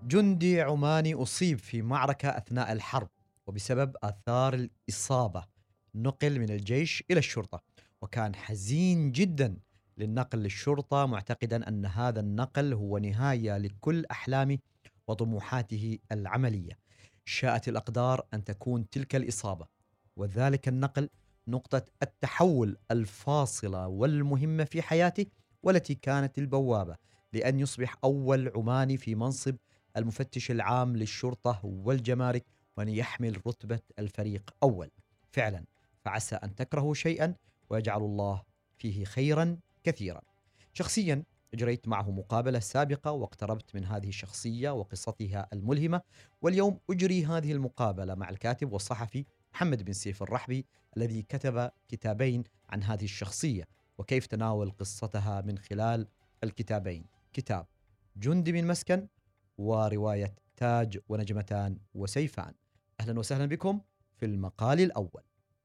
جندي عماني أصيب في معركة أثناء الحرب، وبسبب آثار الإصابة نُقل من الجيش إلى الشرطة، وكان حزين جدًا للنقل للشرطة، معتقدًا أن هذا النقل هو نهاية لكل أحلامه وطموحاته العملية. شاءت الأقدار أن تكون تلك الإصابة وذلك النقل نقطة التحول الفاصلة والمهمة في حياته، والتي كانت البوابة لأن يصبح أول عماني في منصب المفتش العام للشرطة والجمارك، وأن يحمل رتبة الفريق أول. فعلا، فعسى أن تكرهوا شيئا ويجعل الله فيه خيرا كثيرا. شخصيا أجريت معه مقابلة سابقة واقتربت من هذه الشخصية وقصتها الملهمة، واليوم أجري هذه المقابلة مع الكاتب والصحفي محمد بن سيف الرحبي، الذي كتب كتابين عن هذه الشخصية وكيف تناول قصتها من خلال الكتابين، كتاب جندي من مسكن ورواية تاج ونجمتان وسيفان. أهلا وسهلا بكم في المقال الأول.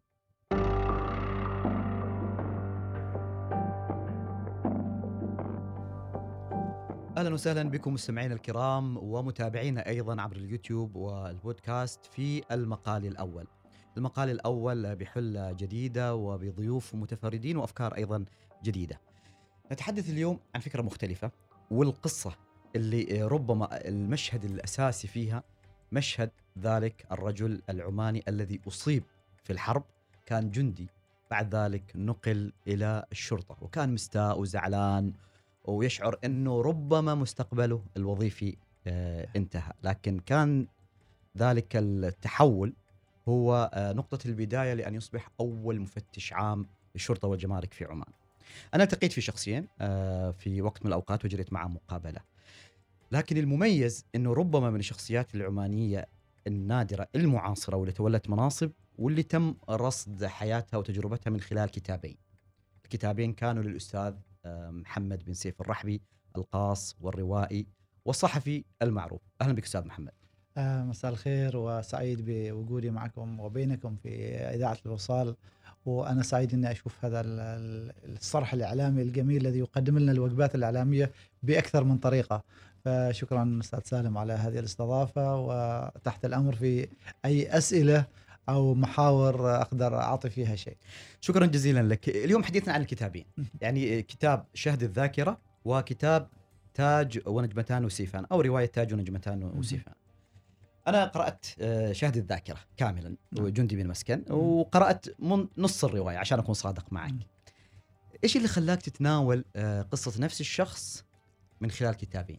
أهلا وسهلا بكم مستمعينا الكرام ومتابعينا أيضا عبر اليوتيوب والبودكاست في المقال الأول. المقال الأول بحلة جديدة وبضيوف متفردين وأفكار أيضا جديدة. نتحدث اليوم عن فكرة مختلفة، والقصة اللي ربما المشهد الأساسي فيها مشهد ذلك الرجل العماني الذي أصيب في الحرب، كان جندي، بعد ذلك نقل إلى الشرطة، وكان مستاء وزعلان ويشعر أنه ربما مستقبله الوظيفي انتهى، لكن كان ذلك التحول هو نقطة البداية لأن يصبح أول مفتش عام للشرطة والجمارك في عمان. أنا التقيت في شخصين في وقت من الأوقات وجريت معه مقابلة، لكن المميز أنه ربما من الشخصيات العمانية النادرة المعاصرة واللي تولت مناصب واللي تم رصد حياتها وتجربتها من خلال كتابين. الكتابين كانوا للأستاذ محمد بن سيف الرحبي، القاص والروائي والصحفي المعروف. أهلا بك أستاذ محمد. مساء الخير، وسعيد بوجودي معكم وبينكم في إذاعة الوصال. وأنا سعيد أني أشوف هذا الصرح الإعلامي الجميل الذي يقدم لنا الوجبات الإعلامية بأكثر من طريقة. فشكرا أستاذ سالم على هذه الاستضافة، وتحت الأمر في أي أسئلة أو محاور أقدر أعطي فيها شيء. شكرا جزيلا لك. اليوم حديثنا عن الكتابين، يعني كتاب شهد الذاكرة وكتاب تاج ونجمتان وسيفان، أو رواية تاج ونجمتان وسيفان. أنا قرأت شهد الذاكرة كاملا وجندي من مسكن، وقرأت نص الرواية عشان أكون صادق معك. إيش اللي خلاك تتناول قصة نفس الشخص من خلال كتابين؟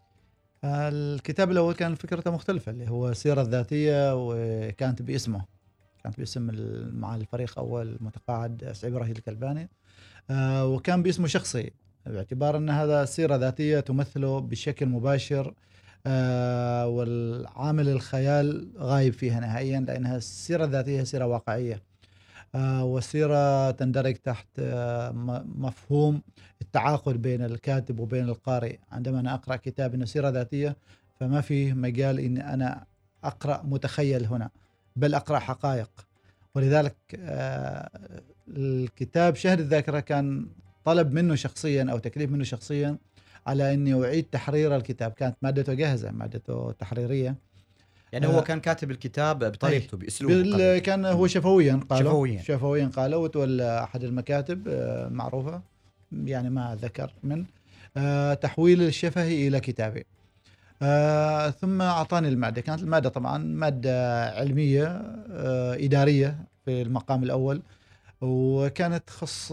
الكتاب الأول كان فكرته مختلفة، اللي هو السيرة الذاتية، وكانت باسمه، كانت باسم مع الفريق أول متقاعد سعيد إبراهيم الكلباني. وكان باسمه شخصي، باعتبار أن هذا سيرة ذاتية تمثله بشكل مباشر. والعامل الخيال غايب فيها نهائيا، لأنها السيرة الذاتية سيرة واقعية. والسيرة تندرج تحت مفهوم التعاقد بين الكاتب وبين القارئ. عندما أنا أقرأ كتاب إنه سيرة ذاتية، فما فيه مجال إن أنا أقرأ متخيل هنا، بل أقرأ حقائق. ولذلك الكتاب شهد الذاكرة كان طلب منه شخصيا أو تكليف منه شخصيا على أني أعيد تحرير الكتاب. كانت مادته جاهزة، مادته تحريرية. يعني هو كان كاتب الكتاب بطريقته بأسلوبه، كان هو شفويا قاله، شفويا قاله، وتولى أحد المكاتب معروفة، يعني ما ذكر من تحويل الشفهي إلى كتابي. ثم أعطاني المادة. كانت المادة طبعا مادة علمية إدارية في المقام الأول، وكانت تخص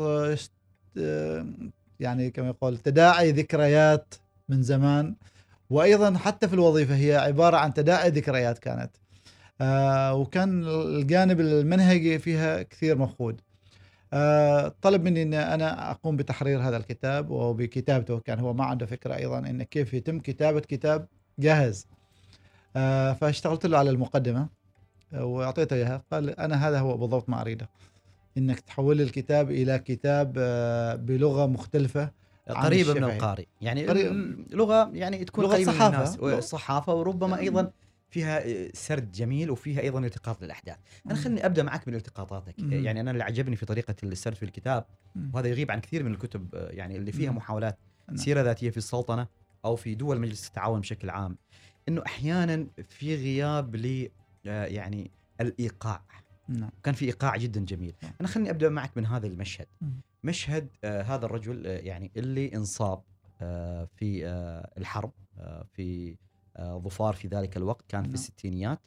يعني كما يقول تداعي ذكريات من زمان. وأيضا حتى في الوظيفة هي عبارة عن تداعي ذكريات كانت. وكان الجانب المنهجي فيها كثير مفقود. طلب مني أن أنا أقوم بتحرير هذا الكتاب وبكتابته. كان هو ما عنده فكرة أيضا أن كيف يتم كتابة كتاب جاهز. فاشتغلت له على المقدمة وأعطيته إياها. قال أنا هذا هو بالضبط ما أريده، إنك تحول الكتاب إلى كتاب بلغة مختلفة قريبة من القارئ، يعني لغة يعني تكون قريبة من الناس، الصحافة، وربما أيضا فيها سرد جميل وفيها أيضا التقاط للأحداث. أنا خلني أبدأ معك من التقاطاتك. يعني أنا اللي عجبني في طريقة السرد في الكتاب، وهذا يغيب عن كثير من الكتب يعني اللي فيها محاولات سيرة ذاتية في السلطنة او في دول مجلس التعاون بشكل عام، انه احيانا في غياب ل يعني الايقاع. نعم. كان في ايقاع جدا جميل. انا خليني ابدا معك من هذا المشهد. مشهد هذا الرجل يعني اللي انصاب في الحرب في ظفار في ذلك الوقت، كان في الستينيات.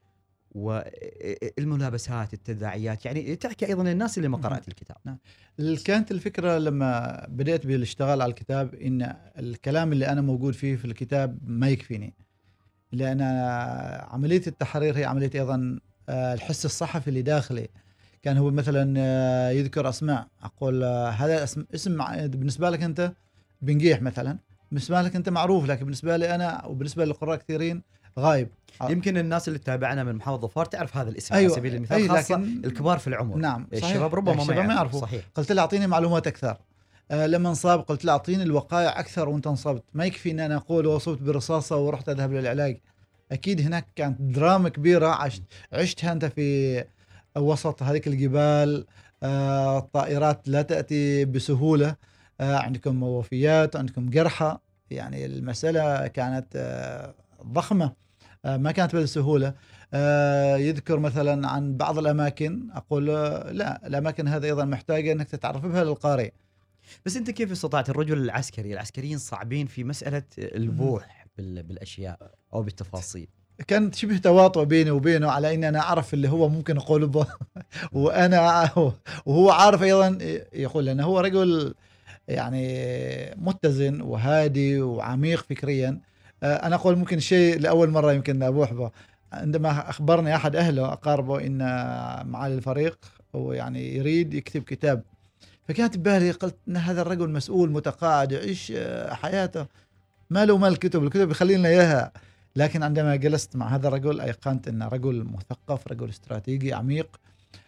والملابسات، التداعيات، يعني تحكي ايضا للناس اللي ما قرأت الكتاب. كانت الفكره لما بدأت بالاشتغال على الكتاب ان الكلام اللي انا موجود فيه في الكتاب ما يكفيني، لان عمليه التحرير هي عمليه ايضا الحس الصحفي اللي داخلي. كان هو مثلا يذكر اسماء، اقول هذا اسم بالنسبه لك انت بنجيح مثلا، بالنسبه لك انت معروف، لكن بالنسبه لي انا وبالنسبه للقراء كثيرين غايب. يمكن الناس اللي تتابعنا من محافظة ظفار تعرف هذا الاسم. أيوة، على سبيل المثال، خاصة الكبار في العمر. نعم صحيح. الشباب ربما ما يعرفوا. صحيح. قلت له اعطيني معلومات اكثر. لما انصاب قلت له اعطيني الوقائع اكثر وانت انصبت، ما يكفي ان انا اقول وصبت برصاصه ورحت اذهب للعلاج. اكيد هناك كانت دراما كبيره عشتها انت في وسط هذيك الجبال. الطائرات لا تاتي بسهوله، عندكم وفيات، عندكم جرحى، يعني المساله كانت ضخمه، ما كانت بالسهوله. يذكر مثلا عن بعض الاماكن، اقول لا، الاماكن هذه ايضا محتاجه انك تتعرف بها للقارئ. بس انت كيف استطعت؟ الرجل العسكري، العسكريين صعبين في مساله البوح بالاشياء او بالتفاصيل. كانت شبه تواطؤ بيني وبينه على ان انا اعرف اللي هو ممكن اقوله به وانا وهو عارف ايضا يقول، لانه هو رجل يعني متزن وهادي وعميق فكريا. انا اقول ممكن شيء لاول مره يمكن ابوح به، عندما اخبرني احد اهله اقاربه ان معالي الفريق هو يعني يريد يكتب كتاب، فكانت ببالي قلت ان هذا الرجل مسؤول متقاعد يعيش حياته، ما له مال الكتب يخلينا اياها. لكن عندما جلست مع هذا الرجل ايقنت انه رجل مثقف، رجل استراتيجي عميق،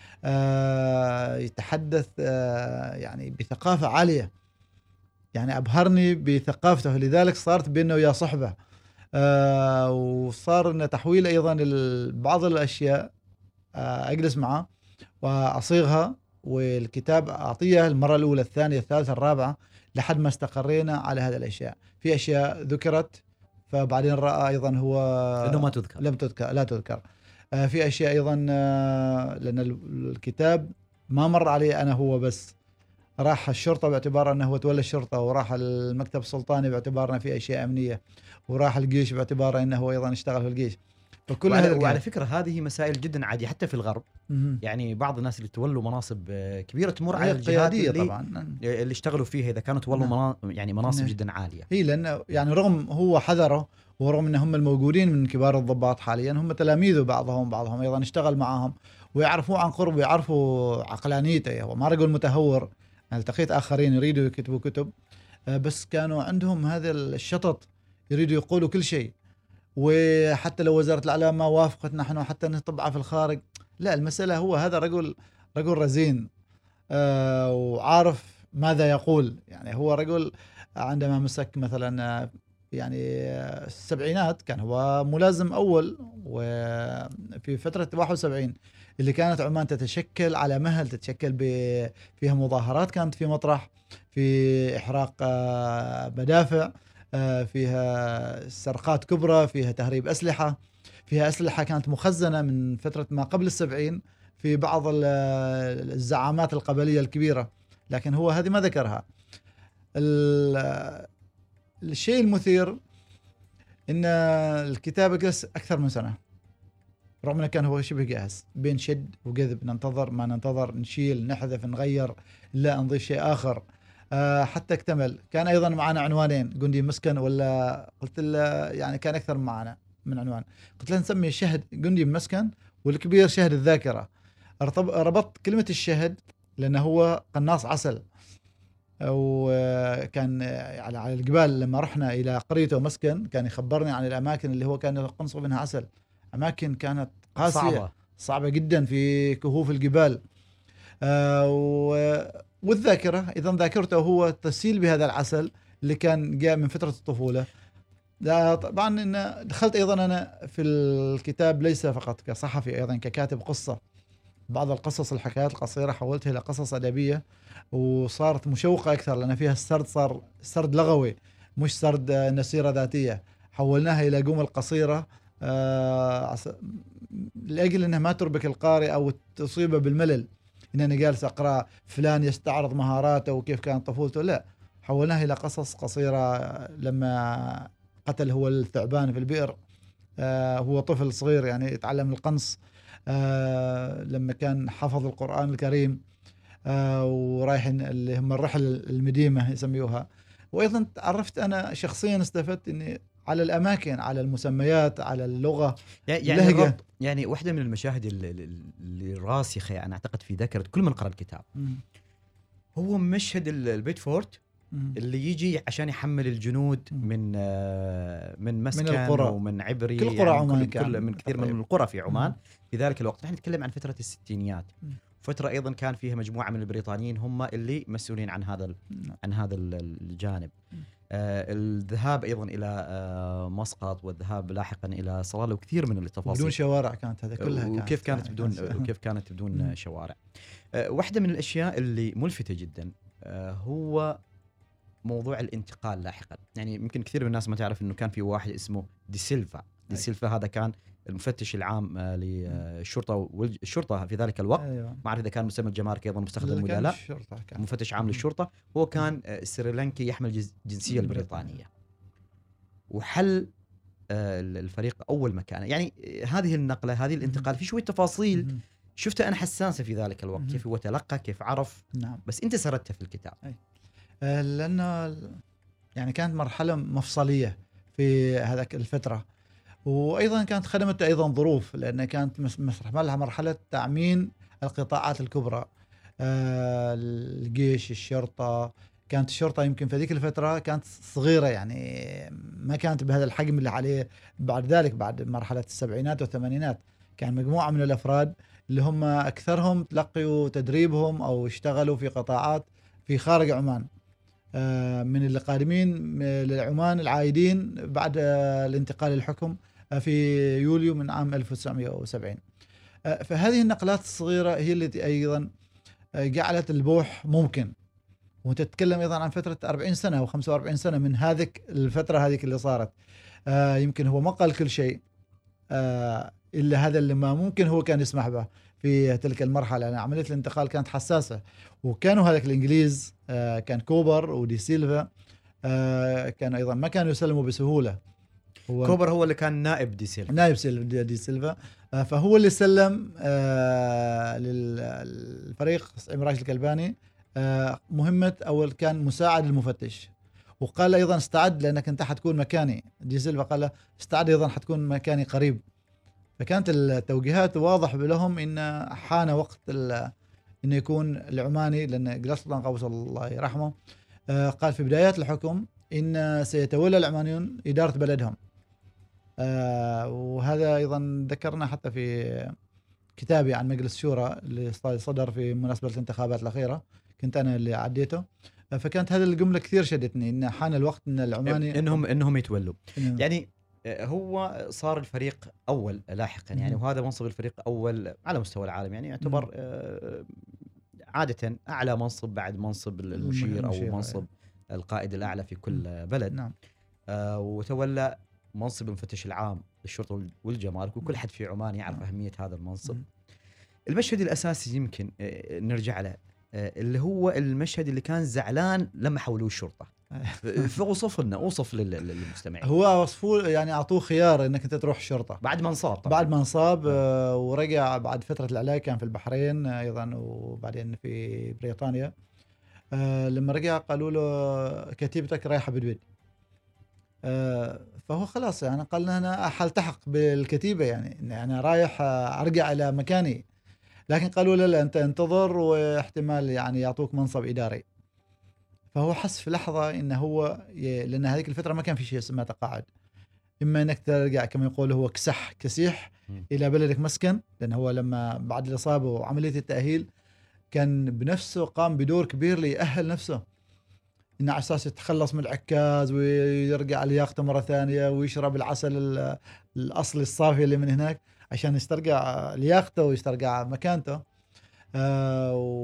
يتحدث يعني بثقافه عاليه، يعني ابهرني بثقافته، لذلك صارت بينه ويا صحبه. وصار ان تحويل ايضا بعض الاشياء اجلس معه واصيغها، والكتاب اعطيه المره الاولى، الثانيه، الثالثه، الرابعه، لحد ما استقرينا على هذه الاشياء. في اشياء ذكرت فبعدين راى ايضا هو انه ما تذكر، لا تذكر. في اشياء ايضا لان الكتاب ما مر علي انا هو بس، راح الشرطه باعتبار انه هو تولى الشرطه، وراح المكتب السلطاني باعتبار انه في اشياء امنيه، وراح الجيش باعتبار انه هو ايضا اشتغل في الجيش. فكل وعلى فكره هذه مسائل جدا عاديه حتى في الغرب. يعني بعض الناس اللي تولوا مناصب كبيره تمر على الجهات اللي اشتغلوا فيها، اذا كانوا تولوا يعني مناصب جدا عاليه. هي لانه يعني رغم هو حذره، ورغم ان هم الموجودين من كبار الضباط حاليا هم تلاميذه، بعضهم ايضا اشتغل معهم ويعرفوه عن قرب ويعرفوا عقلانيته. هو ما رجل متهور. يعني التقيت اخرين يريدوا يكتبوا كتب بس كانوا عندهم هذا الشطط، يريدوا يقولوا كل شيء، وحتى لو وزارة الإعلام ما وافقت نحن حتى نطبعها في الخارج. لا، المسألة هو هذا رجل رزين وعارف ماذا يقول. يعني هو رجل عندما مسك مثلا يعني السبعينات كان هو ملازم أول، وفي فترة 71 اللي كانت عمان تتشكل على مهل، تتشكل فيها مظاهرات كانت في مطرح، في إحراق مدافع، فيها سرقات كبرى، فيها تهريب أسلحة، فيها أسلحة كانت مخزنة من فترة ما قبل 70 في بعض الزعامات القبلية الكبيرة، لكن هو هذه ما ذكرها. الشيء المثير إن الكتاب جلس أكثر من سنة، رغم أنه كان هو شبه جاهز، بين شد وجذب، ننتظر ما ننتظر، نشيل، نحذف، نغير، لا نضيف شيء آخر حتى اكتمل. كان أيضا معنا عنوانين، جندي مسكن، ولا قلت له يعني كان أكثر معنا من عنوان، قلت له نسمي الشهد جندي مسكن والكبير شهد الذاكرة. ربطت كلمة الشهد لأنه هو قناص عسل، وكان على الجبال لما رحنا إلى قريته مسكن كان يخبرني عن الأماكن اللي هو كان يقنص منها عسل، أماكن كانت قاسية صعبة جدا في كهوف الجبال. والذاكرة إذا ذاكرته هو تسيل بهذا العسل اللي كان جاء من فترة الطفولة. طبعا إن دخلت أيضا أنا في الكتاب ليس فقط كصحفي، أيضا ككاتب قصة. بعض القصص الحكايات القصيرة حولتها إلى قصص أدبية، وصارت مشوقة أكثر لأن فيها السرد صار سرد لغوي مش سرد نسيرة ذاتية، حولناها إلى جمل قصيرة لأجل أنها ما تربك القارئ أو تصيبه بالملل، إن أنا جالس أقرأ فلان يستعرض مهاراته وكيف كانت طفولته. لا، حولناها إلى قصص قصيرة. لما قتل هو الثعبان في البئر، هو طفل صغير يعني يتعلم القنص. لما كان حفظ القرآن الكريم، ورايحين اللي هم الرحلة المديمة يسميوها. وأيضا تعرفت أنا شخصيا، استفدت إني على الأماكن، على المسميات، على اللغة، يعني اللهجة. الربط، يعني واحدة من المشاهد اللي راسخة أنا أعتقد في ذاكرة كل من قرأ الكتاب هو مشهد البيت فورت اللي يجي عشان يحمل الجنود من مسكن من القرى ومن عبري، كل قرى يعني عمان من كثير من القرى في عمان في ذلك الوقت. نحن نتكلم عن فترة الستينيات، فترة أيضا كان فيها مجموعة من البريطانيين هم اللي مسؤولين عن هذا الجانب. الذهاب أيضا إلى مسقط، والذهاب لاحقا إلى صلالة، وكثير من التفاصيل بدون شوارع كانت هذه كلها، وكيف كانت بدون شوارع. واحدة من الأشياء اللي ملفتة جدا هو موضوع الانتقال لاحقا. يعني يمكن كثير من الناس ما تعرف انه كان في واحد اسمه دي سيلفا. هذا كان المفتش العام للشرطه والشرطه في ذلك الوقت. ما اعرف اذا كان مسمى الجمارك ايضا مستخدم ولا لا. مفتش عام للشرطه. هو كان سريلانكي يحمل الجنسيه البريطانيه، وحل الفريق اول مكانه. يعني هذه النقله، هذه الانتقال، في شويه تفاصيل شفتها انا حساسه في ذلك الوقت، كيف هو تلقى، كيف عرف. نعم. بس انت سردتها في الكتاب. لأنه يعني كانت مرحلة مفصلية في هذاك الفترة، وأيضا كانت خدمت أيضا ظروف، لأن كانت مرحلة تأمين القطاعات الكبرى، الجيش، الشرطة. كانت الشرطة يمكن في ذيك الفترة كانت صغيرة، يعني ما كانت بهذا الحجم اللي عليه. بعد ذلك بعد مرحلة السبعينات والثمانينات كان مجموعة من الأفراد اللي هم أكثرهم تلقوا تدريبهم أو اشتغلوا في قطاعات في خارج عمان، من اللي قادمين لعمان العايدين بعد الانتقال للحكم في يوليو من عام 1970. فهذه النقلات الصغيرة هي التي أيضا جعلت البوح ممكن. وانت تتكلم أيضا عن فترة 40 سنة أو 45 سنة من هذيك الفترة هذيك اللي صارت. يمكن هو ما قال كل شيء إلا هذا اللي ما ممكن هو كان يسمح به في تلك المرحلة، لأن عملية الانتقال كانت حساسة. وكانوا هذاك الإنجليز، كان كوبر ودي سيلفا، كانوا أيضا ما كانوا يسلموا بسهولة. كوبر هو اللي كان نائب دي سيلفا. فهو اللي سلم للفريق عمرو راشد الكلباني مهمة أول كان مساعد المفتش. وقال أيضا استعد لأنك أنت حتكون مكاني. دي سيلفا قال استعد أيضا حتكون مكاني قريب. فكانت التوجيهات واضح لهم إن حان وقت إنه يكون العماني، لأن جلال سلطان قابوس الله يرحمه قال في بدايات الحكم إن سيتولى العمانيون إدارة بلدهم. وهذا أيضا ذكرنا حتى في كتابي عن مجلس الشورى اللي صدر في مناسبة الانتخابات الأخيرة، كنت أنا اللي عديته. فكانت هذه الجملة كثير شدتني، إن حان الوقت إن العماني إنهم يتولوا. يعني هو صار الفريق أول لاحقا، يعني وهذا منصب الفريق أول على مستوى العالم، يعني يعتبر عادة أعلى منصب بعد منصب المشير أو منصب القائد الأعلى في كل بلد. نعم. وتولى منصب المفتش العام للشرطة والجمارك، وكل حد في عمان يعرف أهمية هذا المنصب. المشهد الأساسي يمكن نرجع له، اللي هو المشهد اللي كان زعلان لما حولوه الشرطة. فوصف لنا، اوصف للمستمعين. هو وصفوه يعني اعطوه خيار انك انت تروح الشرطه بعد ما انصاب بعد ما انصاب ورجع بعد فتره العلاج، كان في البحرين ايضا وبعدين في بريطانيا. لما رجع قالوا له كتيبتك رايحه بدبد. فهو خلاص يعني قال انا حلتحق بالكتيبه، يعني انا رايح ارجع الى مكاني. لكن قالوا له لا، انت انتظر واحتمال يعني يعطوك منصب اداري. فهو حس في لحظة إنه هو لأن هذيك الفترة ما كان في شيء اسمه تقاعد، إما إنك ترجع كما يقول هو كسيح إلى بلدك مسكن، لأن هو لما بعد الإصابة وعملية التأهيل كان بنفسه قام بدور كبير ليأهل نفسه، إنه على أساس يتخلص من العكاز ويرجع لياقته مرة ثانية ويشرب العسل الأصلي الصافي اللي من هناك عشان يسترجع لياقته ويسترجع مكانته.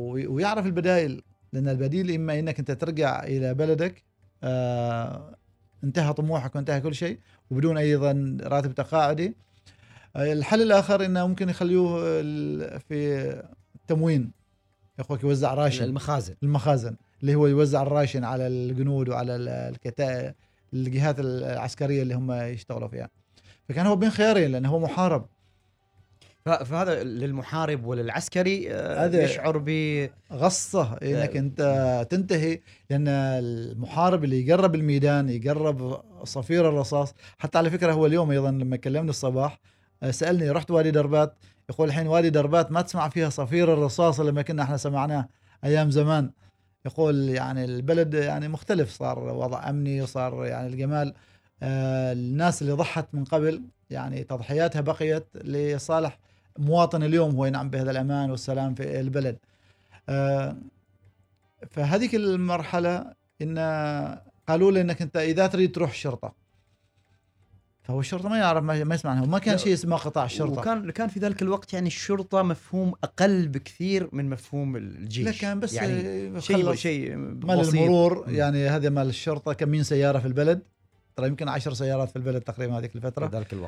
ويعرف البدائل، لأن البديل إما إنك أنت ترجع إلى بلدك انتهى طموحك وانتهى كل شيء وبدون ايضا راتب تقاعدي. الحل الاخر انه ممكن يخلوه في التموين، يا اخوك يوزع راشن. المخازن اللي هو يوزع الراشن على الجنود وعلى الكتائب، الجهات العسكريه اللي هم يشتغلوا فيها. فكان هو بين خيارين لانه هو محارب. فهذا للمحارب وللعسكري يشعر بغصة انك انت تنتهي، لان المحارب اللي يقرب الميدان يقرب صفير الرصاص. حتى على فكرة هو اليوم ايضا لما كلمني الصباح سألني رحت وادي دربات، يقول الحين وادي دربات ما تسمع فيها صفير الرصاص لما كنا احنا سمعناه ايام زمان. يقول يعني البلد يعني مختلف، صار وضع امني وصار يعني الجمال. الناس اللي ضحت من قبل يعني تضحياتها بقيت لصالح مواطن اليوم هو ينعم بهذا الأمان والسلام في البلد. فهذيك المرحلة إن قالوا لي إنك أنت إذا تريد تروح الشرطة، فهو الشرطة ما يعرف، ما يسمع عنها، وما كان شيء اسمه قطاع الشرطة. وكان في ذلك الوقت يعني الشرطة مفهوم أقل بكثير من مفهوم الجيش. لا كان بس يعني شيء مال المرور، يعني هذا مال الشرطة كم سيارة في البلد، ترى يمكن 10 سيارات في البلد تقريبا هذيك الفترة في ذلك الوقت.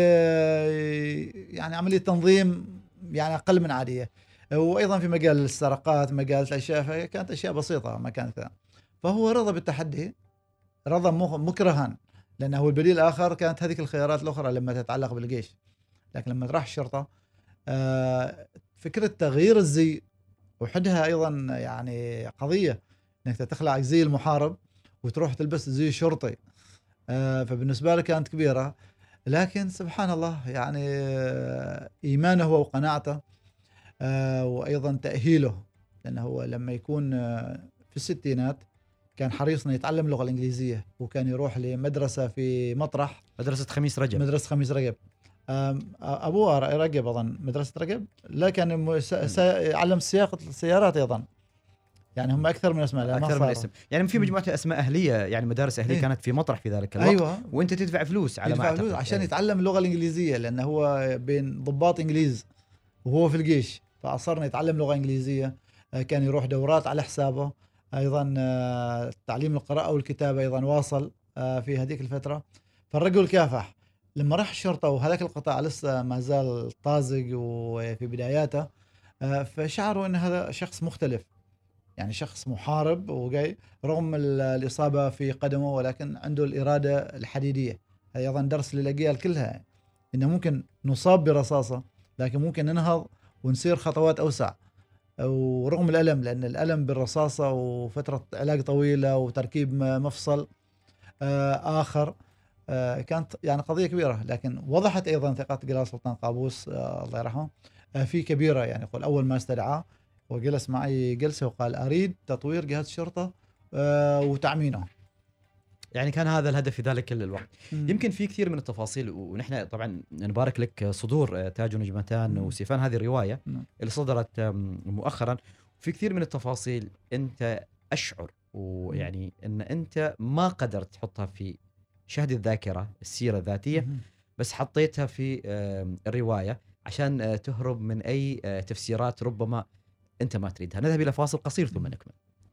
ويعني عملية تنظيم يعني أقل من عادية. وأيضا في مجال السرقات، مجال الأشياء، فكانت أشياء بسيطة ما كانت. فهو رضى بالتحدي، رضى مكرها، لأنه البديل الآخر كانت هذيك الخيارات الأخرى لما تتعلق بالجيش. لكن لما راح الشرطة فكرة تغيير الزي وحدها أيضا يعني قضية، أنك تخلع زي المحارب وتروح تلبس زي الشرطي. فبالنسبة له كانت كبيرة. لكن سبحان الله يعني إيمانه وقناعته وأيضا تأهيله، لأنه هو لما يكون في الستينات كان حريص أنه يتعلم اللغة الإنجليزية، وكان يروح لمدرسة في مطرح، مدرسة خميس رجب. مدرسة خميس رجب. أبوه رجب أظن، مدرسة رجب. لا كان يعلم سياقة السيارات أيضا. يعني هم أكثر من اسماء، أكثر من اسم. يعني في مجموعة أسماء أهلية، يعني مدارس أهلية كانت في مطرح في ذلك الوقت. أيوة. وأنت تدفع فلوس على ما أعتقد عشان يتعلم اللغة الإنجليزية، لأنه هو بين ضباط إنجليز وهو في الجيش، فأصرنا يتعلم لغة إنجليزية. كان يروح دورات على حسابه. أيضا تعليم القراءة والكتابة أيضا واصل في هذيك الفترة. فالرجل كافح. لما راح الشرطة وهذاك القطاع لسه ما زال طازج وفي بداياته، فشعروا أن هذا شخص مختلف، يعني شخص محارب وجاي رغم الإصابة في قدمه، ولكن عنده الإرادة الحديدية. هذا أيضا درس للأجيال كلها، إنه ممكن نصاب برصاصة لكن ممكن ننهض ونسير خطوات أوسع، ورغم الألم، لأن الألم بالرصاصة وفترة علاج طويلة وتركيب مفصل آخر كانت يعني قضية كبيرة. لكن وضحت أيضا ثقة جلال سلطان قابوس الله يرحمه في كبيرة. يعني يقول أول ما استدعاه وجلس معي جلسة وقال أريد تطوير جهاز الشرطة وتعمينه. يعني كان هذا الهدف في ذلك الوقت. يمكن في كثير من التفاصيل، ونحن طبعا نبارك لك صدور تاج ونجمتان وسيفان، هذه الرواية اللي صدرت مؤخرا. في كثير من التفاصيل أنت أشعر ويعني أن أنت ما قدرت تحطها في شهد الذاكرة، السيرة الذاتية، بس حطيتها في الرواية عشان تهرب من أي تفسيرات ربما أنت ما تريدها. نذهب إلى فاصل قصير ثم نكمل.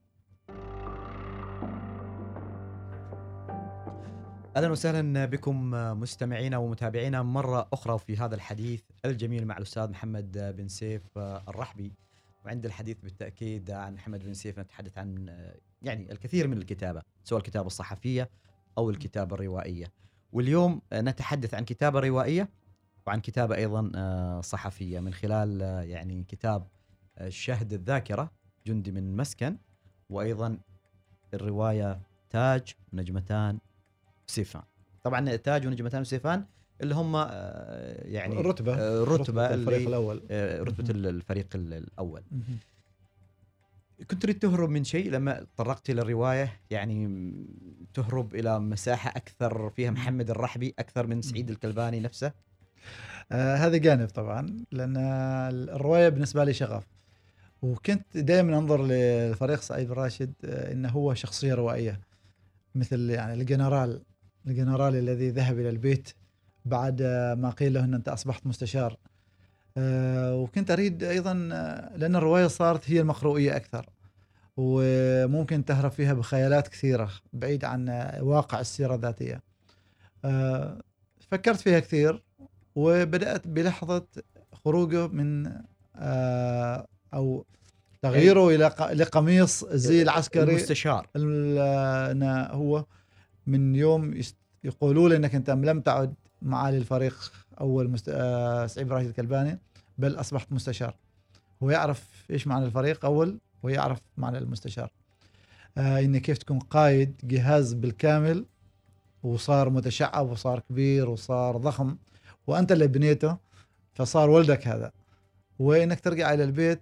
أهلا وسهلا بكم مستمعينا ومتابعينا مرة أخرى في هذا الحديث الجميل مع الأستاذ محمد بن سيف الرحبي. وعند الحديث بالتأكيد عن محمد بن سيف نتحدث عن يعني الكثير من الكتابة، سواء الكتابة الصحفية أو الكتابة الروائية. واليوم نتحدث عن كتابة روائية وعن كتابة أيضا صحفية من خلال يعني كتاب شهد الذاكرة جندي من مسكن، وأيضا الرواية تاج ونجمتان وسيفان. طبعا تاج ونجمتان وسيفان اللي هم يعني رتبة الفريق الأول، رتبة الفريق الأول. كنت تريد تهرب من شيء لما طرقت إلى الرواية، يعني تهرب إلى مساحة أكثر فيها محمد الرحبي أكثر من سعيد الكلباني نفسه؟ هذا جانب طبعا، لأن الرواية بالنسبة لي شغف، وكنت دائما أنظر للفريق سعيد راشد إنه هو شخصية روائية، مثل يعني الجنرال الذي ذهب إلى البيت بعد ما قيل له أن أنت أصبحت مستشار. وكنت أريد أيضا لأن الرواية صارت هي المقروئية أكثر، وممكن تهرب فيها بخيالات كثيرة بعيد عن واقع السيرة الذاتية. فكرت فيها كثير، وبدأت بلحظة خروجه من أو تغييره إلى لقميص الزي العسكري المستشار. أنه هو من يوم يقولوا لي أنك أنت لم تعد معالي الفريق أول سعيد راشد الكلباني، بل أصبحت مستشار. هو يعرف إيش معنى الفريق أول، ويعرف معنى المستشار. إن كيف تكون قائد جهاز بالكامل، وصار متشعب وصار كبير وصار ضخم، وأنت اللي بنيته، فصار ولدك هذا. وإنك ترجع إلى البيت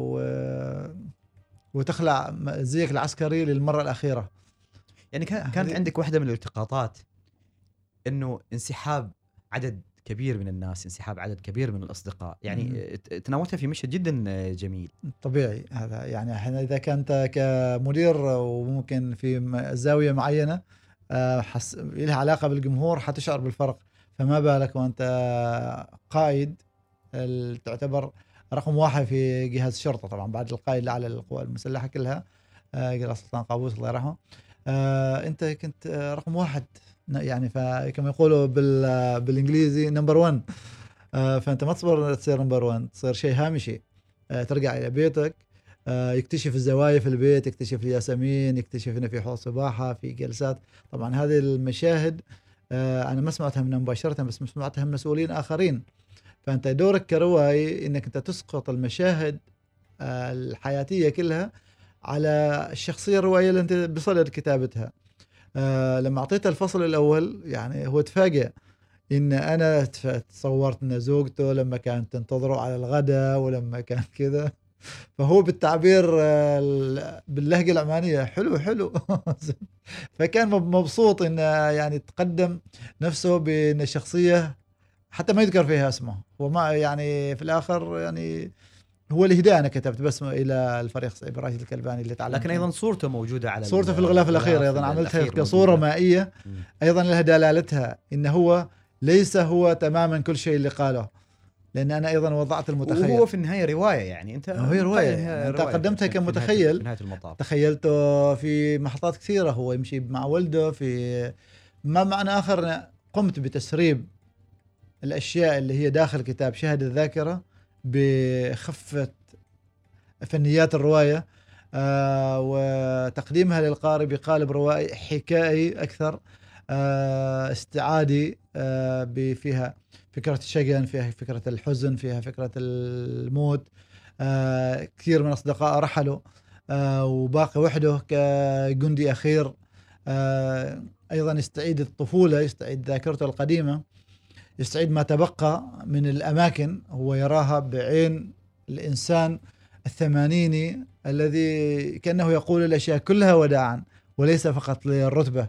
وتخلع زيك العسكري للمرة الأخيرة. يعني كانت عندك واحدة من الالتقاطات إنه انسحاب عدد كبير من الناس، انسحاب عدد كبير من الأصدقاء، يعني تناولتها في مشهد جدا جميل. طبيعي هذا، يعني احنا إذا كنت كمدير وممكن في زاوية معينة لها علاقة بالجمهور حتشعر بالفرق، فما بالك وأنت قائد تعتبر رقم واحد في جهاز الشرطة، طبعا بعد القائد الأعلى للقوى المسلحة كلها جلال سلطان قابوس الله يرحمه. أنت كنت رقم واحد، يعني فكما يقولوا بالإنجليزي نمبر 1. فأنت ما تصير نمبر 1، تصير شيء هامشي. ترجع إلى بيتك، يكتشف الزوايا في البيت، يكتشف الياسمين، يكتشف إنه في حوض سباحة، في جلسات. طبعا هذه المشاهد أنا ما سمعتها منها مباشرة، بس سمعتها من مسؤولين آخرين. فأنت دورك كروائي إنك أنت تسقط المشاهد الحياتية كلها على الشخصية الروائية اللي أنت بصدد كتابتها. لما أعطيته الفصل الأول يعني هو تفاجأ إن أنا تصورت إن زوجته لما كانت تنتظره على الغداء ولما كان كذا. فهو بالتعبير باللهجة العمانية حلو فكان مبسوط إنه يعني تقدم نفسه بأن الشخصية حتى ما يذكر فيها اسمه، وما يعني في الآخر يعني هو الهداية أنا كتبت بس إلى الفريق سعيد راشد الكلباني اللي تعلم. لكن أيضا صورته موجودة على صورته في الغلاف الأخير أيضا عملتها كصورة مائية. أيضا لها دلالتها إنه هو ليس هو تماما كل شيء اللي قاله، لأن أنا أيضا وضعت المتخيل. وهو في النهاية رواية، يعني أنت هي رواية أنت قدمتها كمتخيل. في نهاية المطاف تخيلته في محطات كثيرة، هو يمشي مع ولده في ما معنى آخر. قمت بتسريب الأشياء اللي هي داخل كتاب شهد الذاكرة بخفة فنيات الرواية، وتقديمها للقارئ بقالب روائي حكائي أكثر، استعادي، فيها فكرة الشجن، فيها فكرة الحزن، فيها فكرة الموت. كثير من أصدقائه رحلوا، وباقي وحده كجندي أخير. أيضا يستعيد الطفولة، يستعيد ذاكرته القديمة، يستعيد ما تبقى من الأماكن هو يراها بعين الإنسان الثمانيني الذي كأنه يقول الأشياء كلها وداعا وليس فقط للرتبة.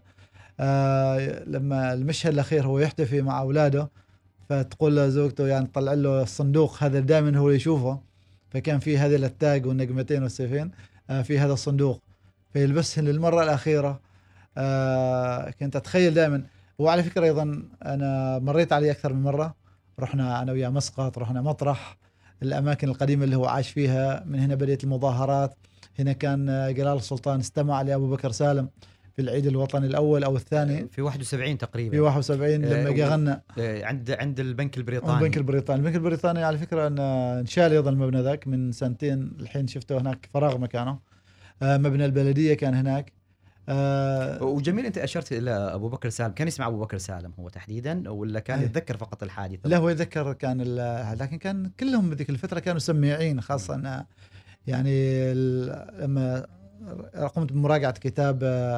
لما المشهد الأخير هو يحتفي مع أولاده، فتقول له زوجته يعني طلع له الصندوق هذا دائما هو يشوفه، فكان فيه هذه التاج والنجمتين والسيفين في هذا الصندوق، فيلبسهن للمرة الأخيرة. كنت أتخيل دائما. وعلى فكرة أيضا أنا مريت عليه أكثر من مرة، رحنا أنا وياه مسقط، رحنا مطرح، الأماكن القديمة اللي هو عاش فيها. من هنا بدأت المظاهرات. هنا كان جلال السلطان استمع لأبو بكر سالم في العيد الوطني الأول أو الثاني في 71 تقريبا، في 71 لما جه غنى عند البنك البريطاني. البنك البريطاني على فكرة أن انشال أيضا المبنى ذاك من سنتين، الحين شفته هناك فراغ مكانه. مبنى البلدية كان هناك. وجميل أنت أشرت إلى أبو بكر سالم، كان اسمه أبو بكر سالم هو تحديدا، ولا كان يتذكر فقط الحادثة؟ لا هو يتذكر كان لكن كان كلهم بذيك الفترة كانوا سميعين، خاصة أن يعني لما قمت بمراجعة كتاب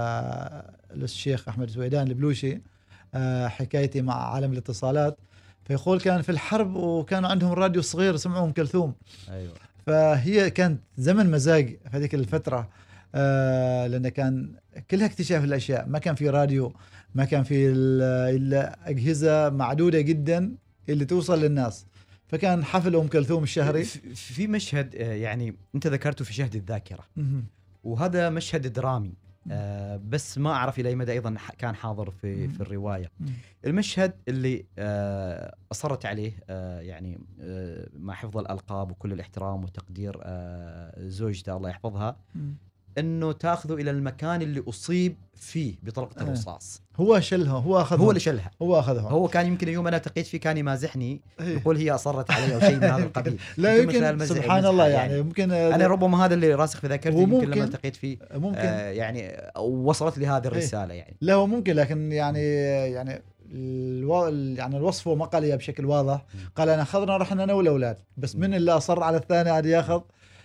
للشيخ أحمد سويدان البلوشي، حكايتي مع عالم الاتصالات، فيقول كان في الحرب وكانوا عندهم راديو صغير سمعوا أم كلثوم. أيوة. فهي كانت زمن مزاج في هذيك الفترة، لأن كان كلها اكتشاف الأشياء، ما كان في راديو، ما كان في إلا أجهزة معدودة جدا اللي توصل للناس. فكان حفل أم كلثوم الشهري. في مشهد يعني أنت ذكرته في شهد الذاكرة، وهذا مشهد درامي، بس ما أعرف إلى أي مدى أيضا كان حاضر في الرواية. المشهد اللي أصرت عليه يعني مع حفظ الألقاب وكل الاحترام والتقدير زوجته الله يحفظها، انه تاخذه الى المكان اللي اصيب فيه بطلقه الرصاص. هو شلها، هو اخذها، هو اللي شلها، هو اخذها. هو كان يمكن يوم انا التقيت فيه كان يمازحني، إيه. يقول هي اصرت علي او شيء من هذا القبيل. لا من خلال يمكن مزح- سبحان الله مزحة يعني ممكن انا ربما هذا اللي راسخ في ذاكرتي، يمكن لما وممكن التقيت فيه ممكن يعني وصلت لي هذه الرساله يعني. لا هو ممكن، لكن يعني يعني الوصف هو ما قال اياه بشكل واضح. قال انا اخذنا رحنا انا والاولاد، بس من اللي اصر على الثاني عاد ياخذ.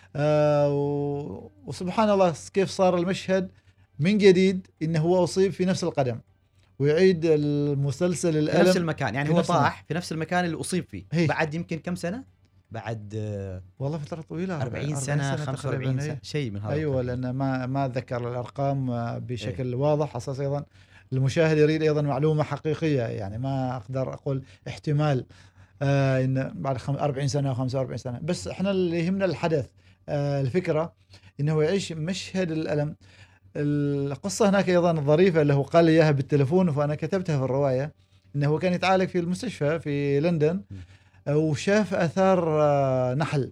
وسبحان الله كيف صار المشهد من جديد انه هو اصيب في نفس القدم، ويعيد المسلسل في الالم نفس المكان، يعني في هو نفس طاح في نفس المكان اللي اصيب فيه. هي. بعد يمكن كم سنه؟ بعد والله فتره طويله، 40 سنه 45 تقريباً. سنه شيء من هذا ايوه القبيل. لان ما اتذكر الارقام بشكل واضح، اساس ايضا المشاهد يريد ايضا معلومه حقيقيه، يعني ما اقدر اقول احتمال ان بعد 40 سنه او 45 سنه. بس احنا اللي يهمنا الحدث، الفكره انه يعيش مشهد الالم. القصه هناك ايضا ظريفه اللي هو قال لي اياها بالتليفون، فانا كتبتها في الروايه، انه هو كان يتعالج في المستشفى في لندن وشاف اثار نحل،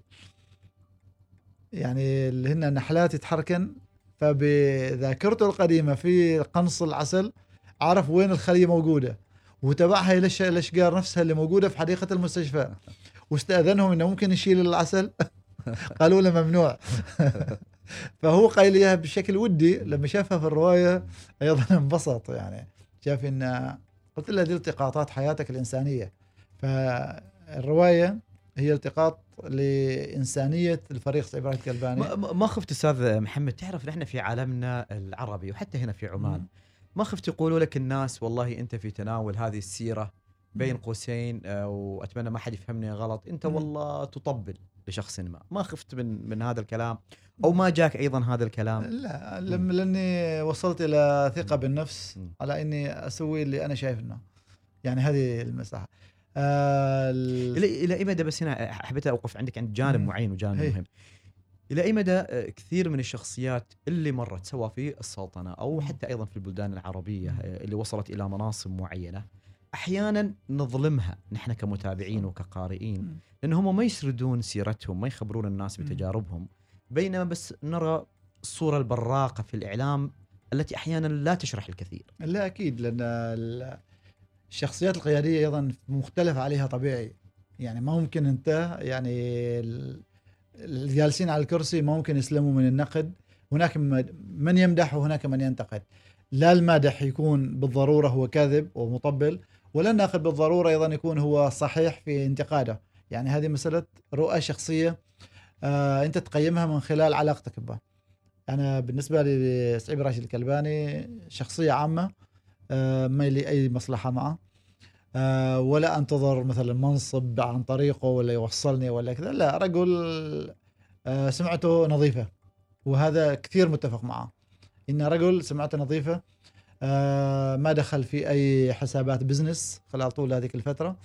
يعني اللي هن النحلات يتحركن، فبذاكرته القديمه في قنص العسل عرف وين الخليه موجوده، وتبعها الى الاشجار نفسها اللي موجوده في حديقه المستشفى، واستاذنهم انه ممكن يشيل العسل. قالوا له ممنوع. فهو قايل اياها بشكل ودي، لما شافها في الروايه ايضا انبسط، يعني شاف ان قلت له دي التقاطات حياتك الانسانيه. فالروايه هي التقاط لإنسانية الفريق صعيب راشد الكلباني. ما خفت أستاذ محمد؟ تعرف نحن في عالمنا العربي وحتى هنا في عمان ما خفت يقولوا لك الناس والله أنت في تناول هذه السيرة بين قوسين، وأتمنى ما حد يفهمني غلط، أنت والله تطبل لشخص ما خفت من هذا الكلام؟ أو ما جاك أيضا هذا الكلام؟ لا، لأني وصلت إلى ثقة بالنفس على أني أسوي اللي أنا شايف إنه يعني هذه المساحة. إلى أي مدى، بس هنا حبيت أوقف عندك عند جانب معين وجانب مهم. إلى أي مدى كثير من الشخصيات اللي مرت سواء في السلطنة أو حتى أيضا في البلدان العربية اللي وصلت إلى مناصب معينة، أحيانا نظلمها نحن كمتابعين وكقارئين، لأنهم ما يسردون سيرتهم، ما يخبرون الناس بتجاربهم، بينما بس نرى الصورة البراقة في الإعلام التي أحيانا لا تشرح الكثير. لا أكيد، لأن الشخصيات القيادية أيضا مختلف عليها طبيعي، يعني ما ممكن أنت يعني الجالسين على الكرسي ما ممكن يسلموا من النقد، هناك من يمدح وهناك من ينتقد. لا المادح يكون بالضرورة هو كاذب ومطبل، ولا الناقد بالضرورة أيضا يكون هو صحيح في انتقاده. يعني هذه مسألة رؤى شخصية أنت تقيمها من خلال علاقتك به. أنا بالنسبة لي صعيب راشد الكلباني شخصية عامة، ما لي أي مصلحة معه، ولا أنتظر مثلا منصب عن طريقه ولا يوصلني ولا كذا. لا، رجل سمعته نظيفة، وهذا كثير متفق معه، إن رجل سمعته نظيفة، ما دخل في أي حسابات بزنس خلال طول هذه الفترة،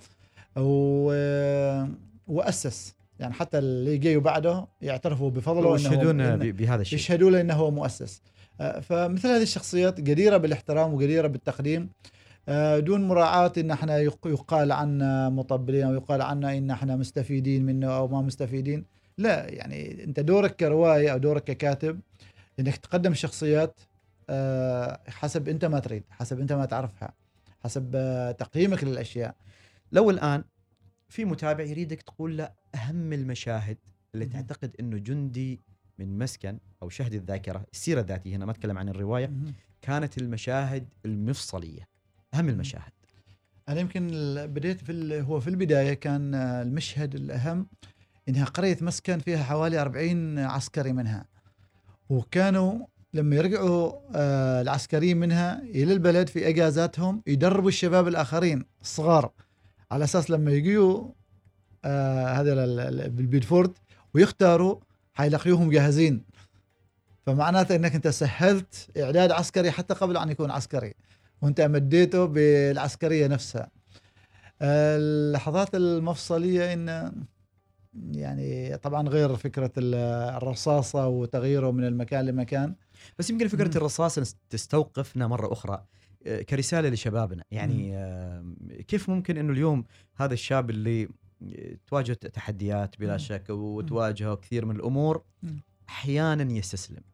وأسس، يعني حتى اللي جايوا بعده يعترفوا بفضله ويشهدون بهذا الشيء، يشهدوا له انه هو مؤسس. فمثل هذه الشخصيات جديرة بالاحترام وجديرة بالتقديم، دون مراعاة ان احنا يقال عنا مطبلين او يقال عنا ان احنا مستفيدين منه او ما مستفيدين. لا، يعني انت دورك كرواية او دورك ككاتب انك تقدم شخصيات حسب انت ما تريد، حسب انت ما تعرفها، حسب تقييمك للاشياء. لو الان في متابع يريدك تقول له اهم المشاهد اللي تعتقد انه جندي من مسكن او شهد الذاكره، السيره الذاتيه هنا ما اتكلم عن الروايه، كانت المشاهد المفصليه، اهم المشاهد. انا يمكن بديت هو في البدايه كان المشهد الاهم انها قريه مسكن فيها حوالي 40 عسكري منها، وكانوا لما يرجعوا العسكريين منها الى البلد في اجازاتهم يدربوا الشباب الاخرين الصغار، على اساس لما يجوا هذا بالبيدفورد ويختاروا حيلاقيوهم جاهزين. فمعناته انك انت سهلت اعداد عسكري حتى قبل ان يكون عسكري، وانت مديته بالعسكريه نفسها. اللحظات المفصليه ان يعني طبعا غير فكره الرصاصه وتغييره من المكان لمكان، بس يمكن فكره الرصاصه تستوقفنا مره اخرى كرساله لشبابنا. يعني كيف ممكن انه اليوم هذا الشاب اللي تواجه تحديات بلا شك وتواجهه كثير من الامور احيانا يستسلم،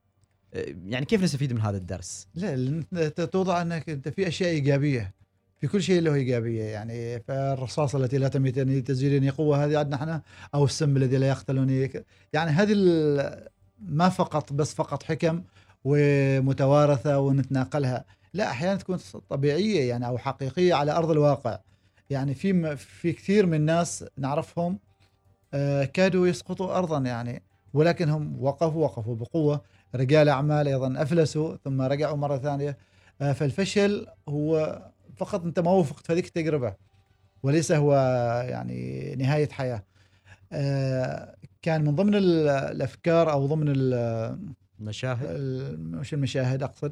يعني كيف نستفيد من هذا الدرس؟ لا أنت توضع أنك أنت في أشياء إيجابية، في كل شيء له إيجابية. يعني فالرصاصة التي لا تميتني تزيدني قوة، هذه عندنا احنا. أو السم الذي لا يقتلني. يعني هذه ما فقط بس فقط حكم ومتوارثة ونتناقلها، لا أحيانا تكون طبيعية يعني أو حقيقية على أرض الواقع. يعني في كثير من الناس نعرفهم كادوا يسقطوا أرضا يعني، ولكن هم وقفوا بقوة. رجال أعمال أيضا أفلسوا ثم رجعوا مرة ثانية. فالفشل هو فقط أنت ما وفقت في هذيك التجربة، وليس هو يعني نهاية حياة. كان من ضمن الأفكار أو ضمن مشاهد مش المشاهد أقصد،